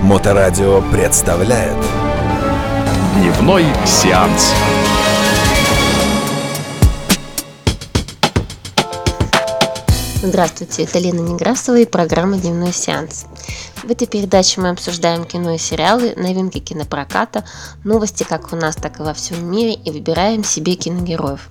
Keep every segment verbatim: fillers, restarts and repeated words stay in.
Моторадио представляет Дневной сеанс. Здравствуйте, это Лена Некрасова и программа «Дневной сеанс». В этой передаче мы обсуждаем кино и сериалы, новинки кинопроката, новости как у нас, так и во всем мире и выбираем себе киногероев.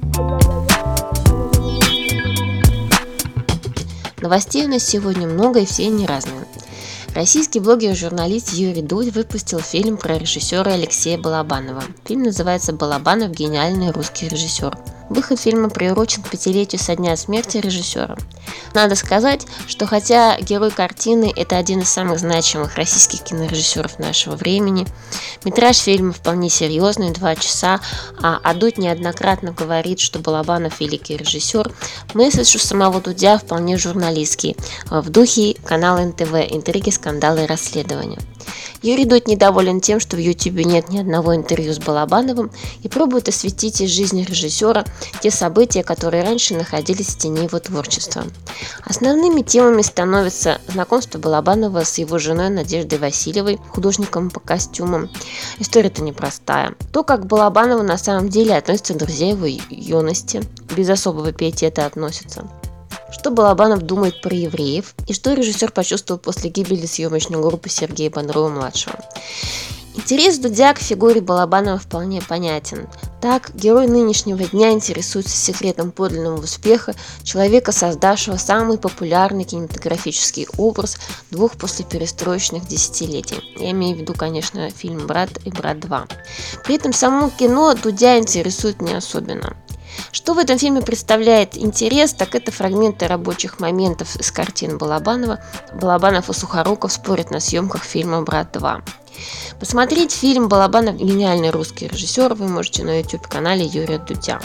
Новостей у нас сегодня много и все они разные. Российский блогер и журналист Юрий Дудь выпустил фильм про режиссера Алексея Балабанова. Фильм называется «Балабанов. Гениальный русский режиссер». Выход фильма приурочен к пятилетию со дня смерти режиссера. Надо сказать, что хотя герой картины – это один из самых значимых российских кинорежиссеров нашего времени, метраж фильма вполне серьезный – два часа, а Дудь неоднократно говорит, что Балабанов – великий режиссер, месседж у самого Дудя вполне журналистский, в духе канала эн тэ вэ «Интриги, скандалы и расследования». Юрий Дудь недоволен тем, что в Ютубе нет ни одного интервью с Балабановым и пробует осветить из жизни режиссера те события, которые раньше находились в тени его творчества. Основными темами становятся знакомство Балабанова с его женой Надеждой Васильевой, художником по костюмам. История-то непростая. То, как к Балабанову на самом деле относятся друзья его юности, без особого пиетета относятся. Что Балабанов думает про евреев и что режиссер почувствовал после гибели съемочной группы Сергея Бодрова-младшего. Интерес Дудя к фигуре Балабанова вполне понятен. Так, герой нынешнего дня интересуется секретом подлинного успеха человека, создавшего самый популярный кинематографический образ двух послеперестроечных десятилетий. Я имею в виду, конечно, фильм «Брат» и «Брат два». При этом само кино Дудя интересует не особенно. Что в этом фильме представляет интерес, так это фрагменты рабочих моментов из картин Балабанова. Балабанов и Сухоруков спорят на съемках фильма «Брат два». Посмотреть фильм «Балабанов. Гениальный русский режиссер» вы можете на YouTube-канале Юрия Дудя.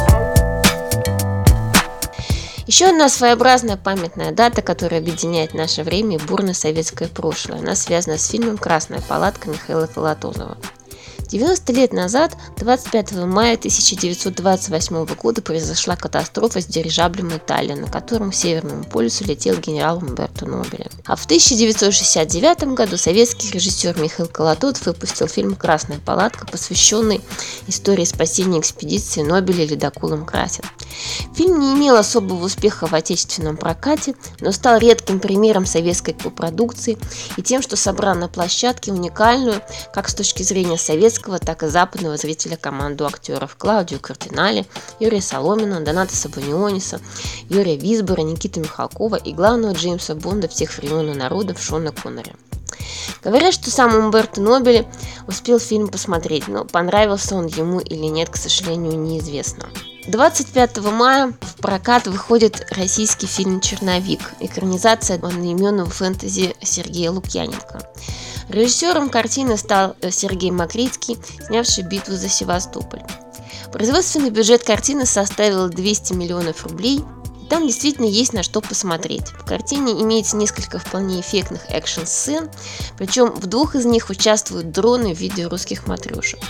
Еще одна своеобразная памятная дата, которая объединяет наше время и бурное советское прошлое. Она связана с фильмом «Красная палатка» Михаила Филатонова. девяносто лет назад, двадцать пятого мая тысяча девятьсот двадцать восьмого года, произошла катастрофа с дирижаблем «Италия», на котором к Северному полюсу летел генерал Умберто Нобеле. А в тысяча девятьсот шестьдесят девятом году советский режиссер Михаил Колотов выпустил фильм «Красная палатка», посвященный истории спасения экспедиции Нобеля ледоколом «Красин». Фильм не имел особого успеха в отечественном прокате, но стал редким примером советской копродукции и тем, что собрал на площадке уникальную, как с точки зрения советского, так и западного зрителя команду актеров Клаудию Кардинали, Юрия Соломина, Доната Сабаниониса, Юрия Висбора, Никиту Михалкова и главного Джеймса Бонда всех времен и народов Шона Коннери. Говорят, что сам Умберто Нобеле успел фильм посмотреть, но понравился он ему или нет, к сожалению, неизвестно. двадцать пятого мая в прокат выходит российский фильм «Черновик», экранизация одноименного фэнтези Сергея Лукьяненко. Режиссером картины стал Сергей Макритский, снявший «Битву за Севастополь». Производственный бюджет картины составил двести миллионов рублей. И там действительно есть на что посмотреть. В картине имеется несколько вполне эффектных экшн-сцен, причем в двух из них участвуют дроны в виде русских матрешек.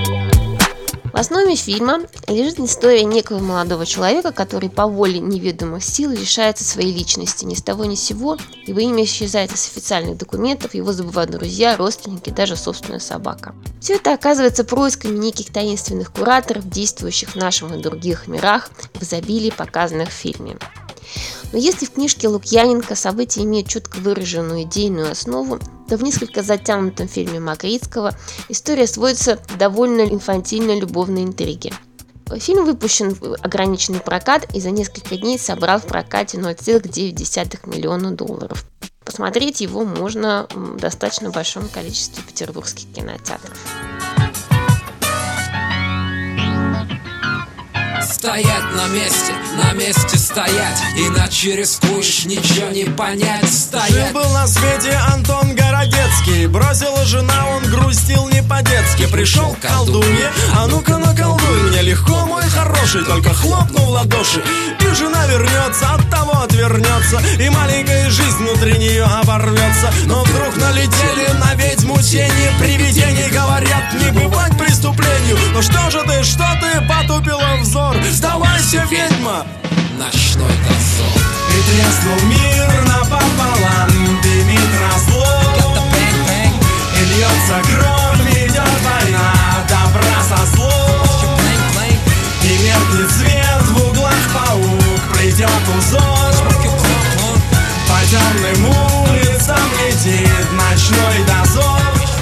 В основе фильма лежит история некого молодого человека, который по воле неведомых сил лишается своей личности ни с того ни с сего, его имя исчезает из официальных документов, его забывают друзья, родственники, даже собственная собака. Все это оказывается происками неких таинственных кураторов, действующих в нашем и других мирах, в изобилии, показанных в фильме. Но если в книжке Лукьяненко события имеют четко выраженную идейную основу, то в несколько затянутом фильме Макритского история сводится к довольно инфантильной любовной интриге. Фильм выпущен в ограниченный прокат и за несколько дней собрал в прокате ноль целых девять десятых миллиона долларов. Посмотреть его можно в достаточно большом количестве петербургских кинотеатров. Стоять на месте, на месте стоять, иначе рискуешь ничего не понять. Стоять. Жил-был на свете Антон Городецкий, бросила жена, он грустил не по-детски. Пришел к колдунье, а ну-ка наколдуй мне легко, мой хороший, только хлопну в ладоши, и жена вернется, от того отвернется, и маленькая жизнь внутри нее оборвется. Но вдруг налетели на ведьму тени привидений, говорят, не бывать преступлению. Ну что же ты, что ты, потупила взор? Сдавайся, ведьма! Ночной дозор. И треснул мир напополам, дымит разлом. узор. По темным улицам летит ночной дозор.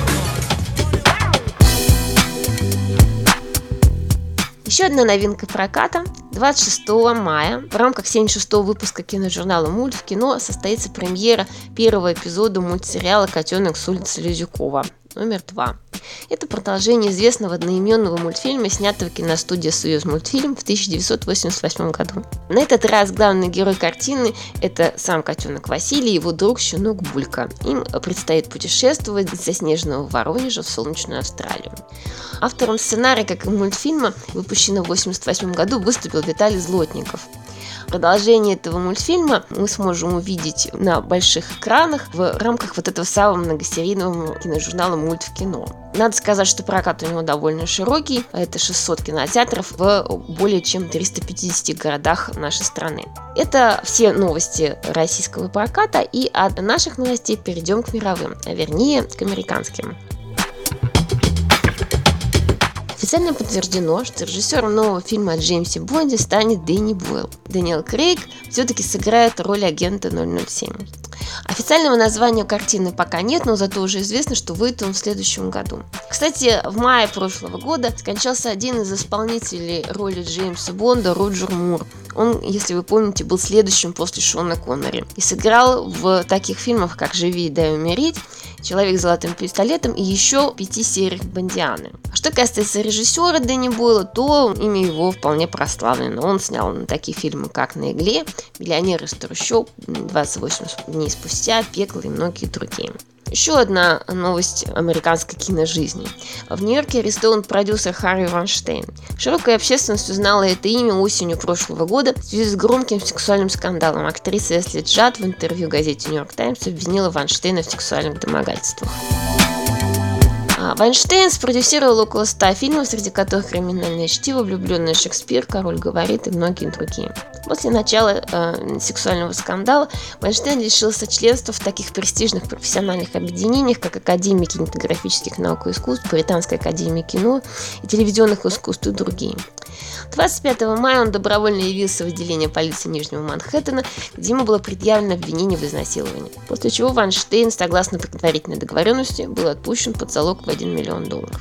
Еще одна новинка проката. двадцать шестого мая в рамках семьдесят шестого выпуска киножурнала «Мульт» в кино состоится премьера первого эпизода мультсериала «Котенок с улицы Лизюкова» номер два. Это продолжение известного одноименного мультфильма, снятого киностудией «Союзмультфильм» в тысяча девятьсот восемьдесят восьмом году. На этот раз главный герой картины – это сам котенок Василий и его друг щенок Булька. Им предстоит путешествовать из заснеженного Воронежа в солнечную Австралию. Автором сценария, как и мультфильма, выпущенного в восемьдесят восьмом году, выступил Виталий Злотников. Продолжение этого мультфильма мы сможем увидеть на больших экранах в рамках вот этого самого многосерийного киножурнала «Мульт» в кино. Надо сказать, что прокат у него довольно широкий, это шестьсот кинотеатров в более чем триста пятидесяти городах нашей страны. Это все новости российского проката, и от наших новостей перейдем к мировым, а вернее к американским. Официально подтверждено, что режиссером нового фильма о Джеймсе Бонде станет Дэнни Бойл. Дэниел Крейг все-таки сыграет роль агента ноль ноль семь. Официального названия картины пока нет, но зато уже известно, что выйдет он в следующем году. Кстати, в мае прошлого года скончался один из исполнителей роли Джеймса Бонда, Роджер Мур. Он, если вы помните, был следующим после Шона Коннери и сыграл в таких фильмах, как «Живи и дай умереть», «Человек с золотым пистолетом» и еще пяти сериях Бондианы. А что касается режиссера Дэнни Бойла, то имя его вполне прославлено. Он снял такие фильмы, как «На игле», «Миллионер из трущоб», «двадцать восемь дней спустя», «Пекло» и многие другие. Еще одна новость американской киножизни. В Нью-Йорке арестован продюсер Харви Вайнштейн. Широкая общественность узнала это имя осенью прошлого года в связи с громким сексуальным скандалом. Актриса Эсли Джад в интервью газете «Нью-Йорк Таймс» обвинила Вайнштейна в сексуальных домогательствах. Вайнштейн спродюсировал около ста фильмов, среди которых «Криминальное чтиво», «Влюбленный Шекспир», «Король говорит» и многие другие. После начала э, сексуального скандала Вайнштейн лишился членства в таких престижных профессиональных объединениях, как Академия кинематографических наук и искусств, Британская академия кино и телевизионных искусств и другие. двадцать пятого мая он добровольно явился в отделение полиции Нижнего Манхэттена, где ему было предъявлено обвинение в изнасиловании. После чего Вайнштейн, согласно предварительной договоренности, был отпущен под залог в один миллион долларов.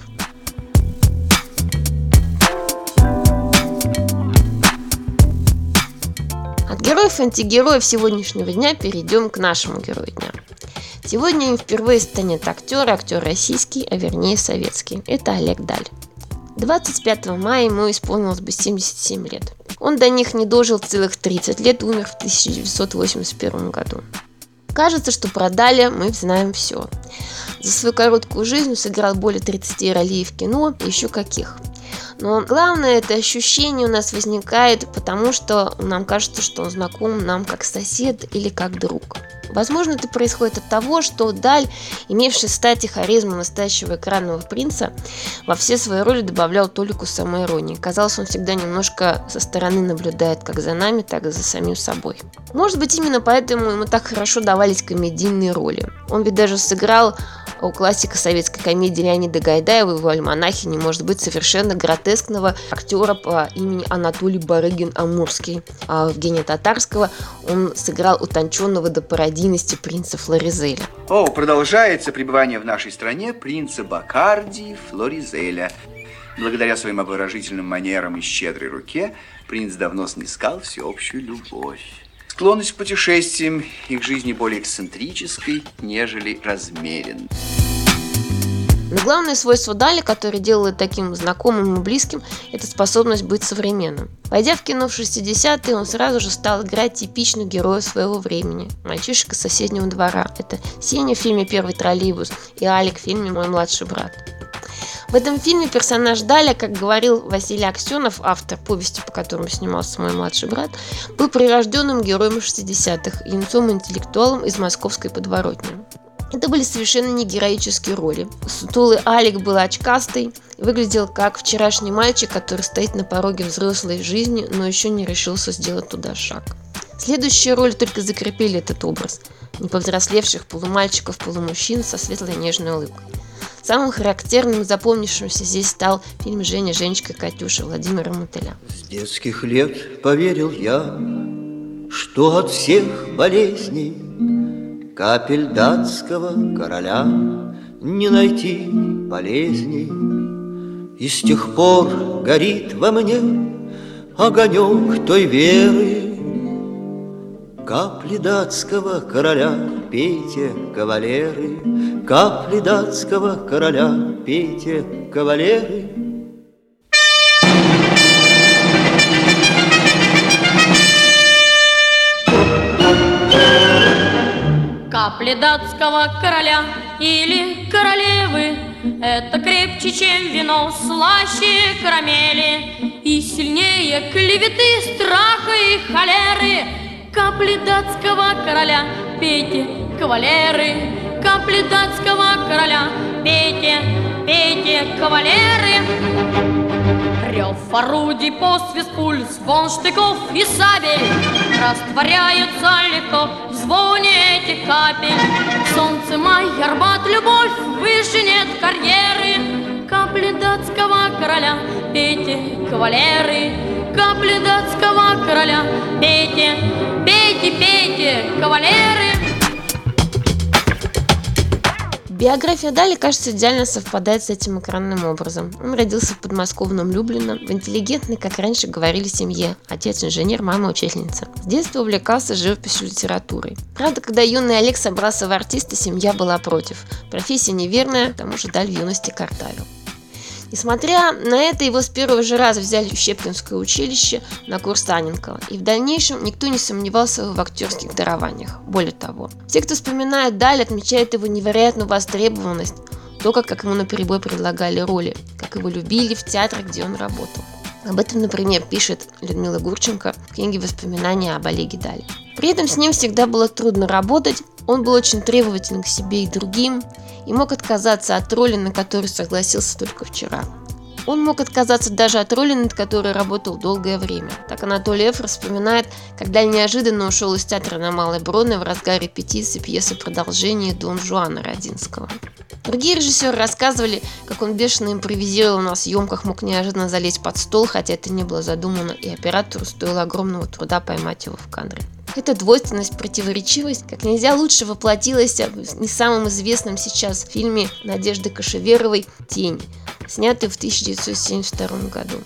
От героев и антигероев сегодняшнего дня перейдем к нашему герою дня. Сегодня им впервые станет актер, актер российский, а вернее советский. Это Олег Даль. двадцать пятого мая ему исполнилось бы семьдесят семь лет. Он до них не дожил целых тридцать лет, умер в тысяча девятьсот восемьдесят первом году. Кажется, что про Даля мы знаем все. За свою короткую жизнь он сыграл более тридцати ролей в кино, и еще каких. Но главное, это ощущение у нас возникает, потому что нам кажется, что он знаком нам как сосед или как друг. Возможно, это происходит от того, что Даль, имевший стать и харизму настоящего экранного принца, во все свои роли добавлял толику самоиронии. Казалось, он всегда немножко со стороны наблюдает как за нами, так и за самим собой. Может быть, именно поэтому ему так хорошо давались комедийные роли. Он ведь даже сыграл у классика советской комедии Леонида Гайдая в его альманахе «Не может быть» совершенно гротескного актера по имени Анатолий Барыгин-Амурский. А в Евгения Татарского он сыграл утонченного до пародийности принца Флоризеля. О, продолжается пребывание в нашей стране принца Бакарди Флоризеля. Благодаря своим обворожительным манерам и щедрой руке принц давно снискал всеобщую любовь. Склонность к путешествиям и к жизни более эксцентрической, нежели размеренной. Но главное свойство Даля, которое делает таким знакомым и близким, это способность быть современным. Войдя в кино в шестидесятые, он сразу же стал играть типичного героя своего времени. Мальчишек из соседнего двора. Это Сеня в фильме «Первый троллейбус» и Алик в фильме «Мой младший брат». В этом фильме персонаж Даля, как говорил Василий Аксенов, автор повести, по которому снимался «Мой младший брат», был прирожденным героем шестидесятых, юнцом-интеллектуалом из московской подворотни. Это были совершенно не героические роли. Сутулый Алик был очкастый, выглядел как вчерашний мальчик, который стоит на пороге взрослой жизни, но еще не решился сделать туда шаг. Следующие роли только закрепили этот образ неповзрослевших полумальчиков, полумужчин со светлой нежной улыбкой. Самым характерным и запомнившимся здесь стал фильм «Женя, Женечка, Катюша» Владимира Мотыля. С детских лет поверил я, что от всех болезней капель датского короля не найти полезней. И с тех пор горит во мне огонек той веры. Капли датского короля, пейте, кавалеры, капли датского короля, пейте, кавалеры. Капли датского короля или королевы — это крепче, чем вино, слаще карамели и сильнее клеветы, страха и холеры. Капли датского короля, пейте, кавалеры, капли датского короля, пейте, пейте, кавалеры. Рев орудий, посвист пуль, звон штыков и сабель растворяются легко в звоне этих капель. Солнце, май, Арбат, любовь, выше нет карьеры. Капли датского короля, пейте, кавалеры, капли датского короля, пейте, пейте, пейте, кавалеры. Биография Дали, кажется, идеально совпадает с этим экранным образом. Он родился в подмосковном Люблино, в интеллигентной, как раньше говорили, семье. Отец инженер, мама учительница. С детства увлекался живописью и литературой. Правда, когда юный Олег собрался в артисты, семья была против. Профессия неверная, к тому же Даль в юности картавил. Несмотря на это, его с первого же раза взяли в Щепкинское училище на курс Анненкова, и в дальнейшем никто не сомневался в актерских дарованиях. Более того, все, кто вспоминает Даль, отмечают его невероятную востребованность, то, как ему наперебой предлагали роли, как его любили в театрах, где он работал. Об этом, например, пишет Людмила Гурченко в книге «Воспоминания об Олеге Дале». При этом с ним всегда было трудно работать, он был очень требователен к себе и другим, и мог отказаться от роли, на которую согласился только вчера. Он мог отказаться даже от роли, над которой работал долгое время. Так Анатолий Эфрос вспоминает, как Даль неожиданно ушел из театра на Малой Бронной в разгар репетиции пьесы продолжения «Дон Жуана» Родинского. Другие режиссеры рассказывали, как он бешено импровизировал на съемках, мог неожиданно залезть под стол, хотя это не было задумано, и оператору стоило огромного труда поймать его в кадре. Эта двойственность, противоречивость как нельзя лучше воплотилась в не самом известном сейчас фильме Надежды Кошеверовой «Тень», снятый в тысяча девятьсот семьдесят втором году.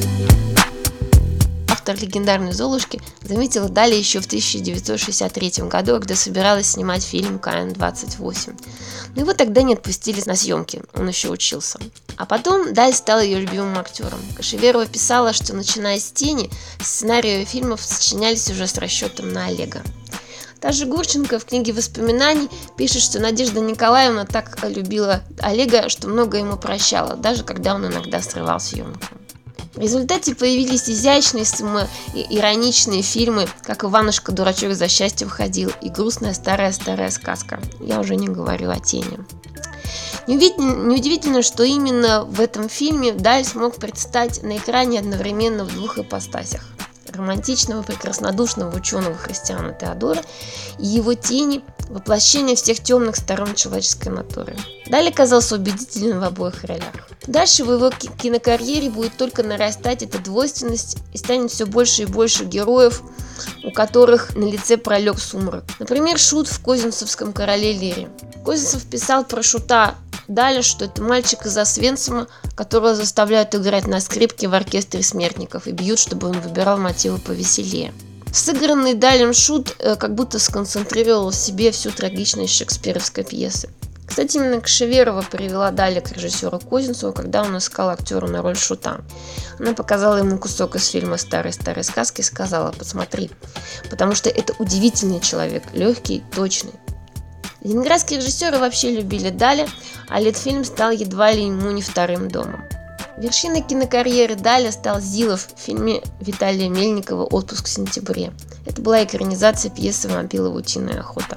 Автор легендарной «Золушки» заметила Дали еще в тысяча девятьсот шестьдесят третьем году, когда собиралась снимать фильм «Ка Эн двадцать восемь». Но его тогда не отпустили на съемки, он еще учился. А потом Даль стал ее любимым актером. Кошеверова писала, что начиная с «Тени» сценарии фильмов сочинялись уже с расчетом на Олега. Та же Гурченко в книге «Воспоминаний» пишет, что Надежда Николаевна так любила Олега, что много ему прощала, даже когда он иногда срывал съемку. В результате появились изящные, самоироничные фильмы, как «Иванушка-дурачок за счастьем ходил» и «Грустная старая-старая сказка». Я уже не говорю о «Тени». Неудивительно, что именно в этом фильме Даль смог предстать на экране одновременно в двух ипостасях: романтичного, прекраснодушного ученого Христиана Теодора и его тени, воплощение всех темных сторон человеческой натуры. Даль оказался убедительным в обоих ролях. Дальше в его кинокарьере будет только нарастать эта двойственность и станет все больше и больше героев, у которых на лице пролег сумрак. Например, Шут в «Козинцевском короле Лире». Козинцев писал про Шута Даля, что это мальчик из Освенцима, которого заставляют играть на скрипке в оркестре смертников и бьют, чтобы он выбирал мотивы повеселее. Сыгранный Далем Шут как будто сконцентрировал в себе всю трагичность шекспировской пьесы. Кстати, именно Кошеверова привела Даля к режиссеру Козинцеву, когда он искал актера на роль Шута. Она показала ему кусок из фильма «Старые-старые сказки» и сказала: «Посмотри, потому что это удивительный человек, легкий, точный». Ленинградские режиссеры вообще любили Даля, а Литфильм стал едва ли ему не вторым домом. Вершиной кинокарьеры Даля стал Зилов в фильме Виталия Мельникова «Отпуск в сентябре». Это была экранизация пьесы «Вампилова утиная охота».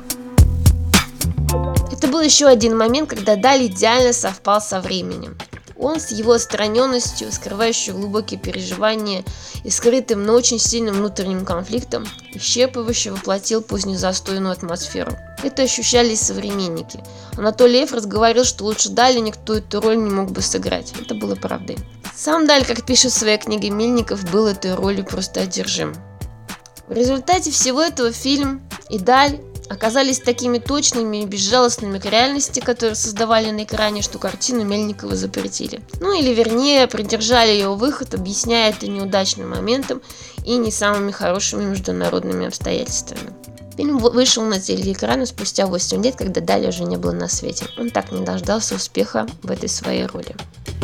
Это был еще один момент, когда Даль идеально совпал со временем. Он с его отстраненностью, скрывающей глубокие переживания и скрытым, но очень сильным внутренним конфликтом, исчерпывающе воплотил позднюю застойную атмосферу. Это ощущали и современники. Анатолий Эфрос говорил, что лучше Даля никто эту роль не мог бы сыграть. Это было правдой. Сам Даль, как пишет в своей книге Мельников, был этой ролью просто одержим. В результате всего этого фильм и Даль оказались такими точными и безжалостными к реальности, которые создавали на экране, что картину Мельникова запретили. Ну или вернее, придержали ее выход, объясняя это неудачным моментом и не самыми хорошими международными обстоятельствами. Фильм вышел на телеэкраны спустя восемь лет, когда Даля уже не было на свете. Он так не дождался успеха в этой своей роли.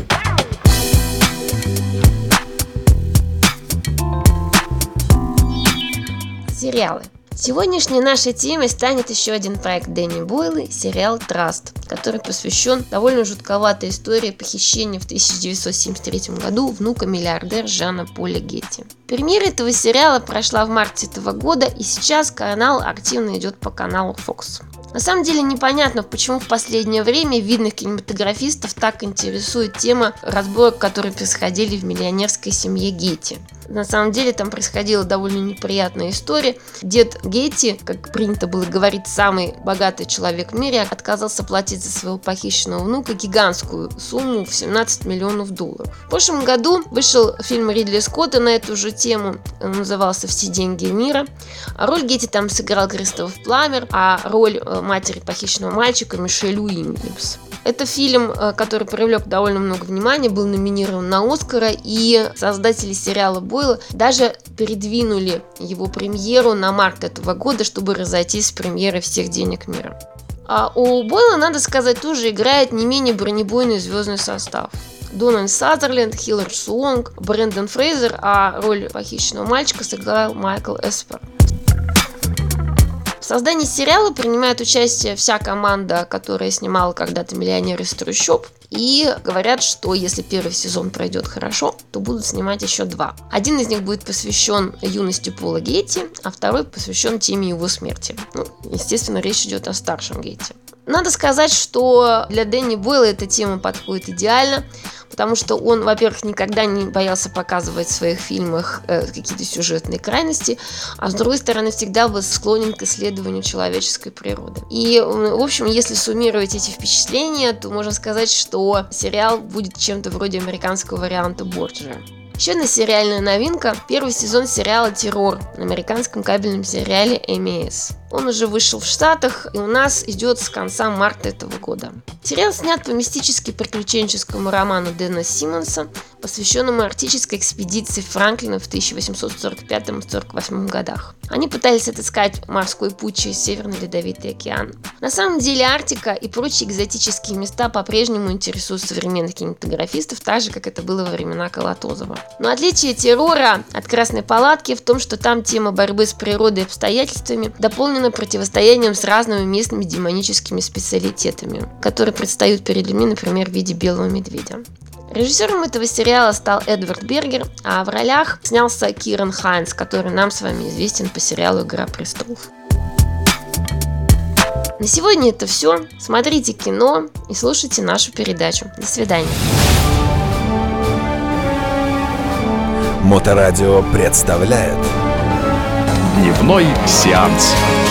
Сериалы. Сегодняшней нашей темой станет еще один проект Дэнни Бойлы – сериал «Траст», который посвящен довольно жутковатой истории похищения в тысяча девятьсот семьдесят третьем году внука миллиардера Жана Поля Гетти. Премьера этого сериала прошла в марте этого года, и сейчас канал активно идет по каналу Fox. На самом деле непонятно, почему в последнее время видных кинематографистов так интересует тема разборок, которые происходили в миллионерской семье Гетти. На самом деле там происходила довольно неприятная история. Дед Гетти, как принято было говорить, самый богатый человек в мире, отказался платить за своего похищенного внука гигантскую сумму в семнадцать миллионов долларов. В прошлом году вышел фильм Ридли Скотта на эту же тему, он назывался «Все деньги мира». Роль Гетти там сыграл Кристоф Пламмер, а роль матери похищенного мальчика Мишель Уильямс. Это фильм, который привлек довольно много внимания, был номинирован на Оскара, и создатели сериала Бойла даже передвинули его премьеру на март этого года, чтобы разойтись с премьерой «Всех денег мира». А у Бойла, надо сказать, тоже играет не менее бронебойный звездный состав. Дональд Сазерленд, Хиллари Суонг, Брэндон Фрейзер, а роль похищенного мальчика сыграл Майкл Эспер. В создании сериала принимает участие вся команда, которая снимала когда-то «Миллионер из трущоб». И говорят, что если первый сезон пройдет хорошо, то будут снимать еще два. Один из них будет посвящен юности Пола Гетти, а второй посвящен теме его смерти. Ну, естественно, речь идет о старшем Гетти. Надо сказать, что для Дэнни Бойла эта тема подходит идеально, потому что он, во-первых, никогда не боялся показывать в своих фильмах э, какие-то сюжетные крайности, а с другой стороны, всегда был склонен к исследованию человеческой природы. И, в общем, если суммировать эти впечатления, то можно сказать, что сериал будет чем-то вроде американского варианта Борджиа. Еще одна сериальная новинка – первый сезон сериала «Террор» на американском кабельном сериале эм и эс. Он уже вышел в Штатах и у нас идет с конца марта этого года. Сериал снят по мистически-приключенческому роману Дэна Симмонса, посвященному арктической экспедиции Франклина в тысяча восемьсот сорок пятом — сорок восьмом годах. Они пытались отыскать морской путь через Северный Ледовитый океан. На самом деле Арктика и прочие экзотические места по-прежнему интересуют современных кинематографистов, так же, как это было во времена Колотозова. Но отличие «Террора» от «Красной палатки» в том, что там тема борьбы с природой и обстоятельствами дополнена противостоянием с разными местными демоническими специалитетами, которые предстают перед людьми, например, в виде белого медведя. Режиссером этого сериала стал Эдвард Бергер, а в ролях снялся Киран Хайнс, который нам с вами известен по сериалу «Игра престолов». На сегодня это все. Смотрите кино и слушайте нашу передачу. До свидания. Моторадио представляет Дневной сеанс.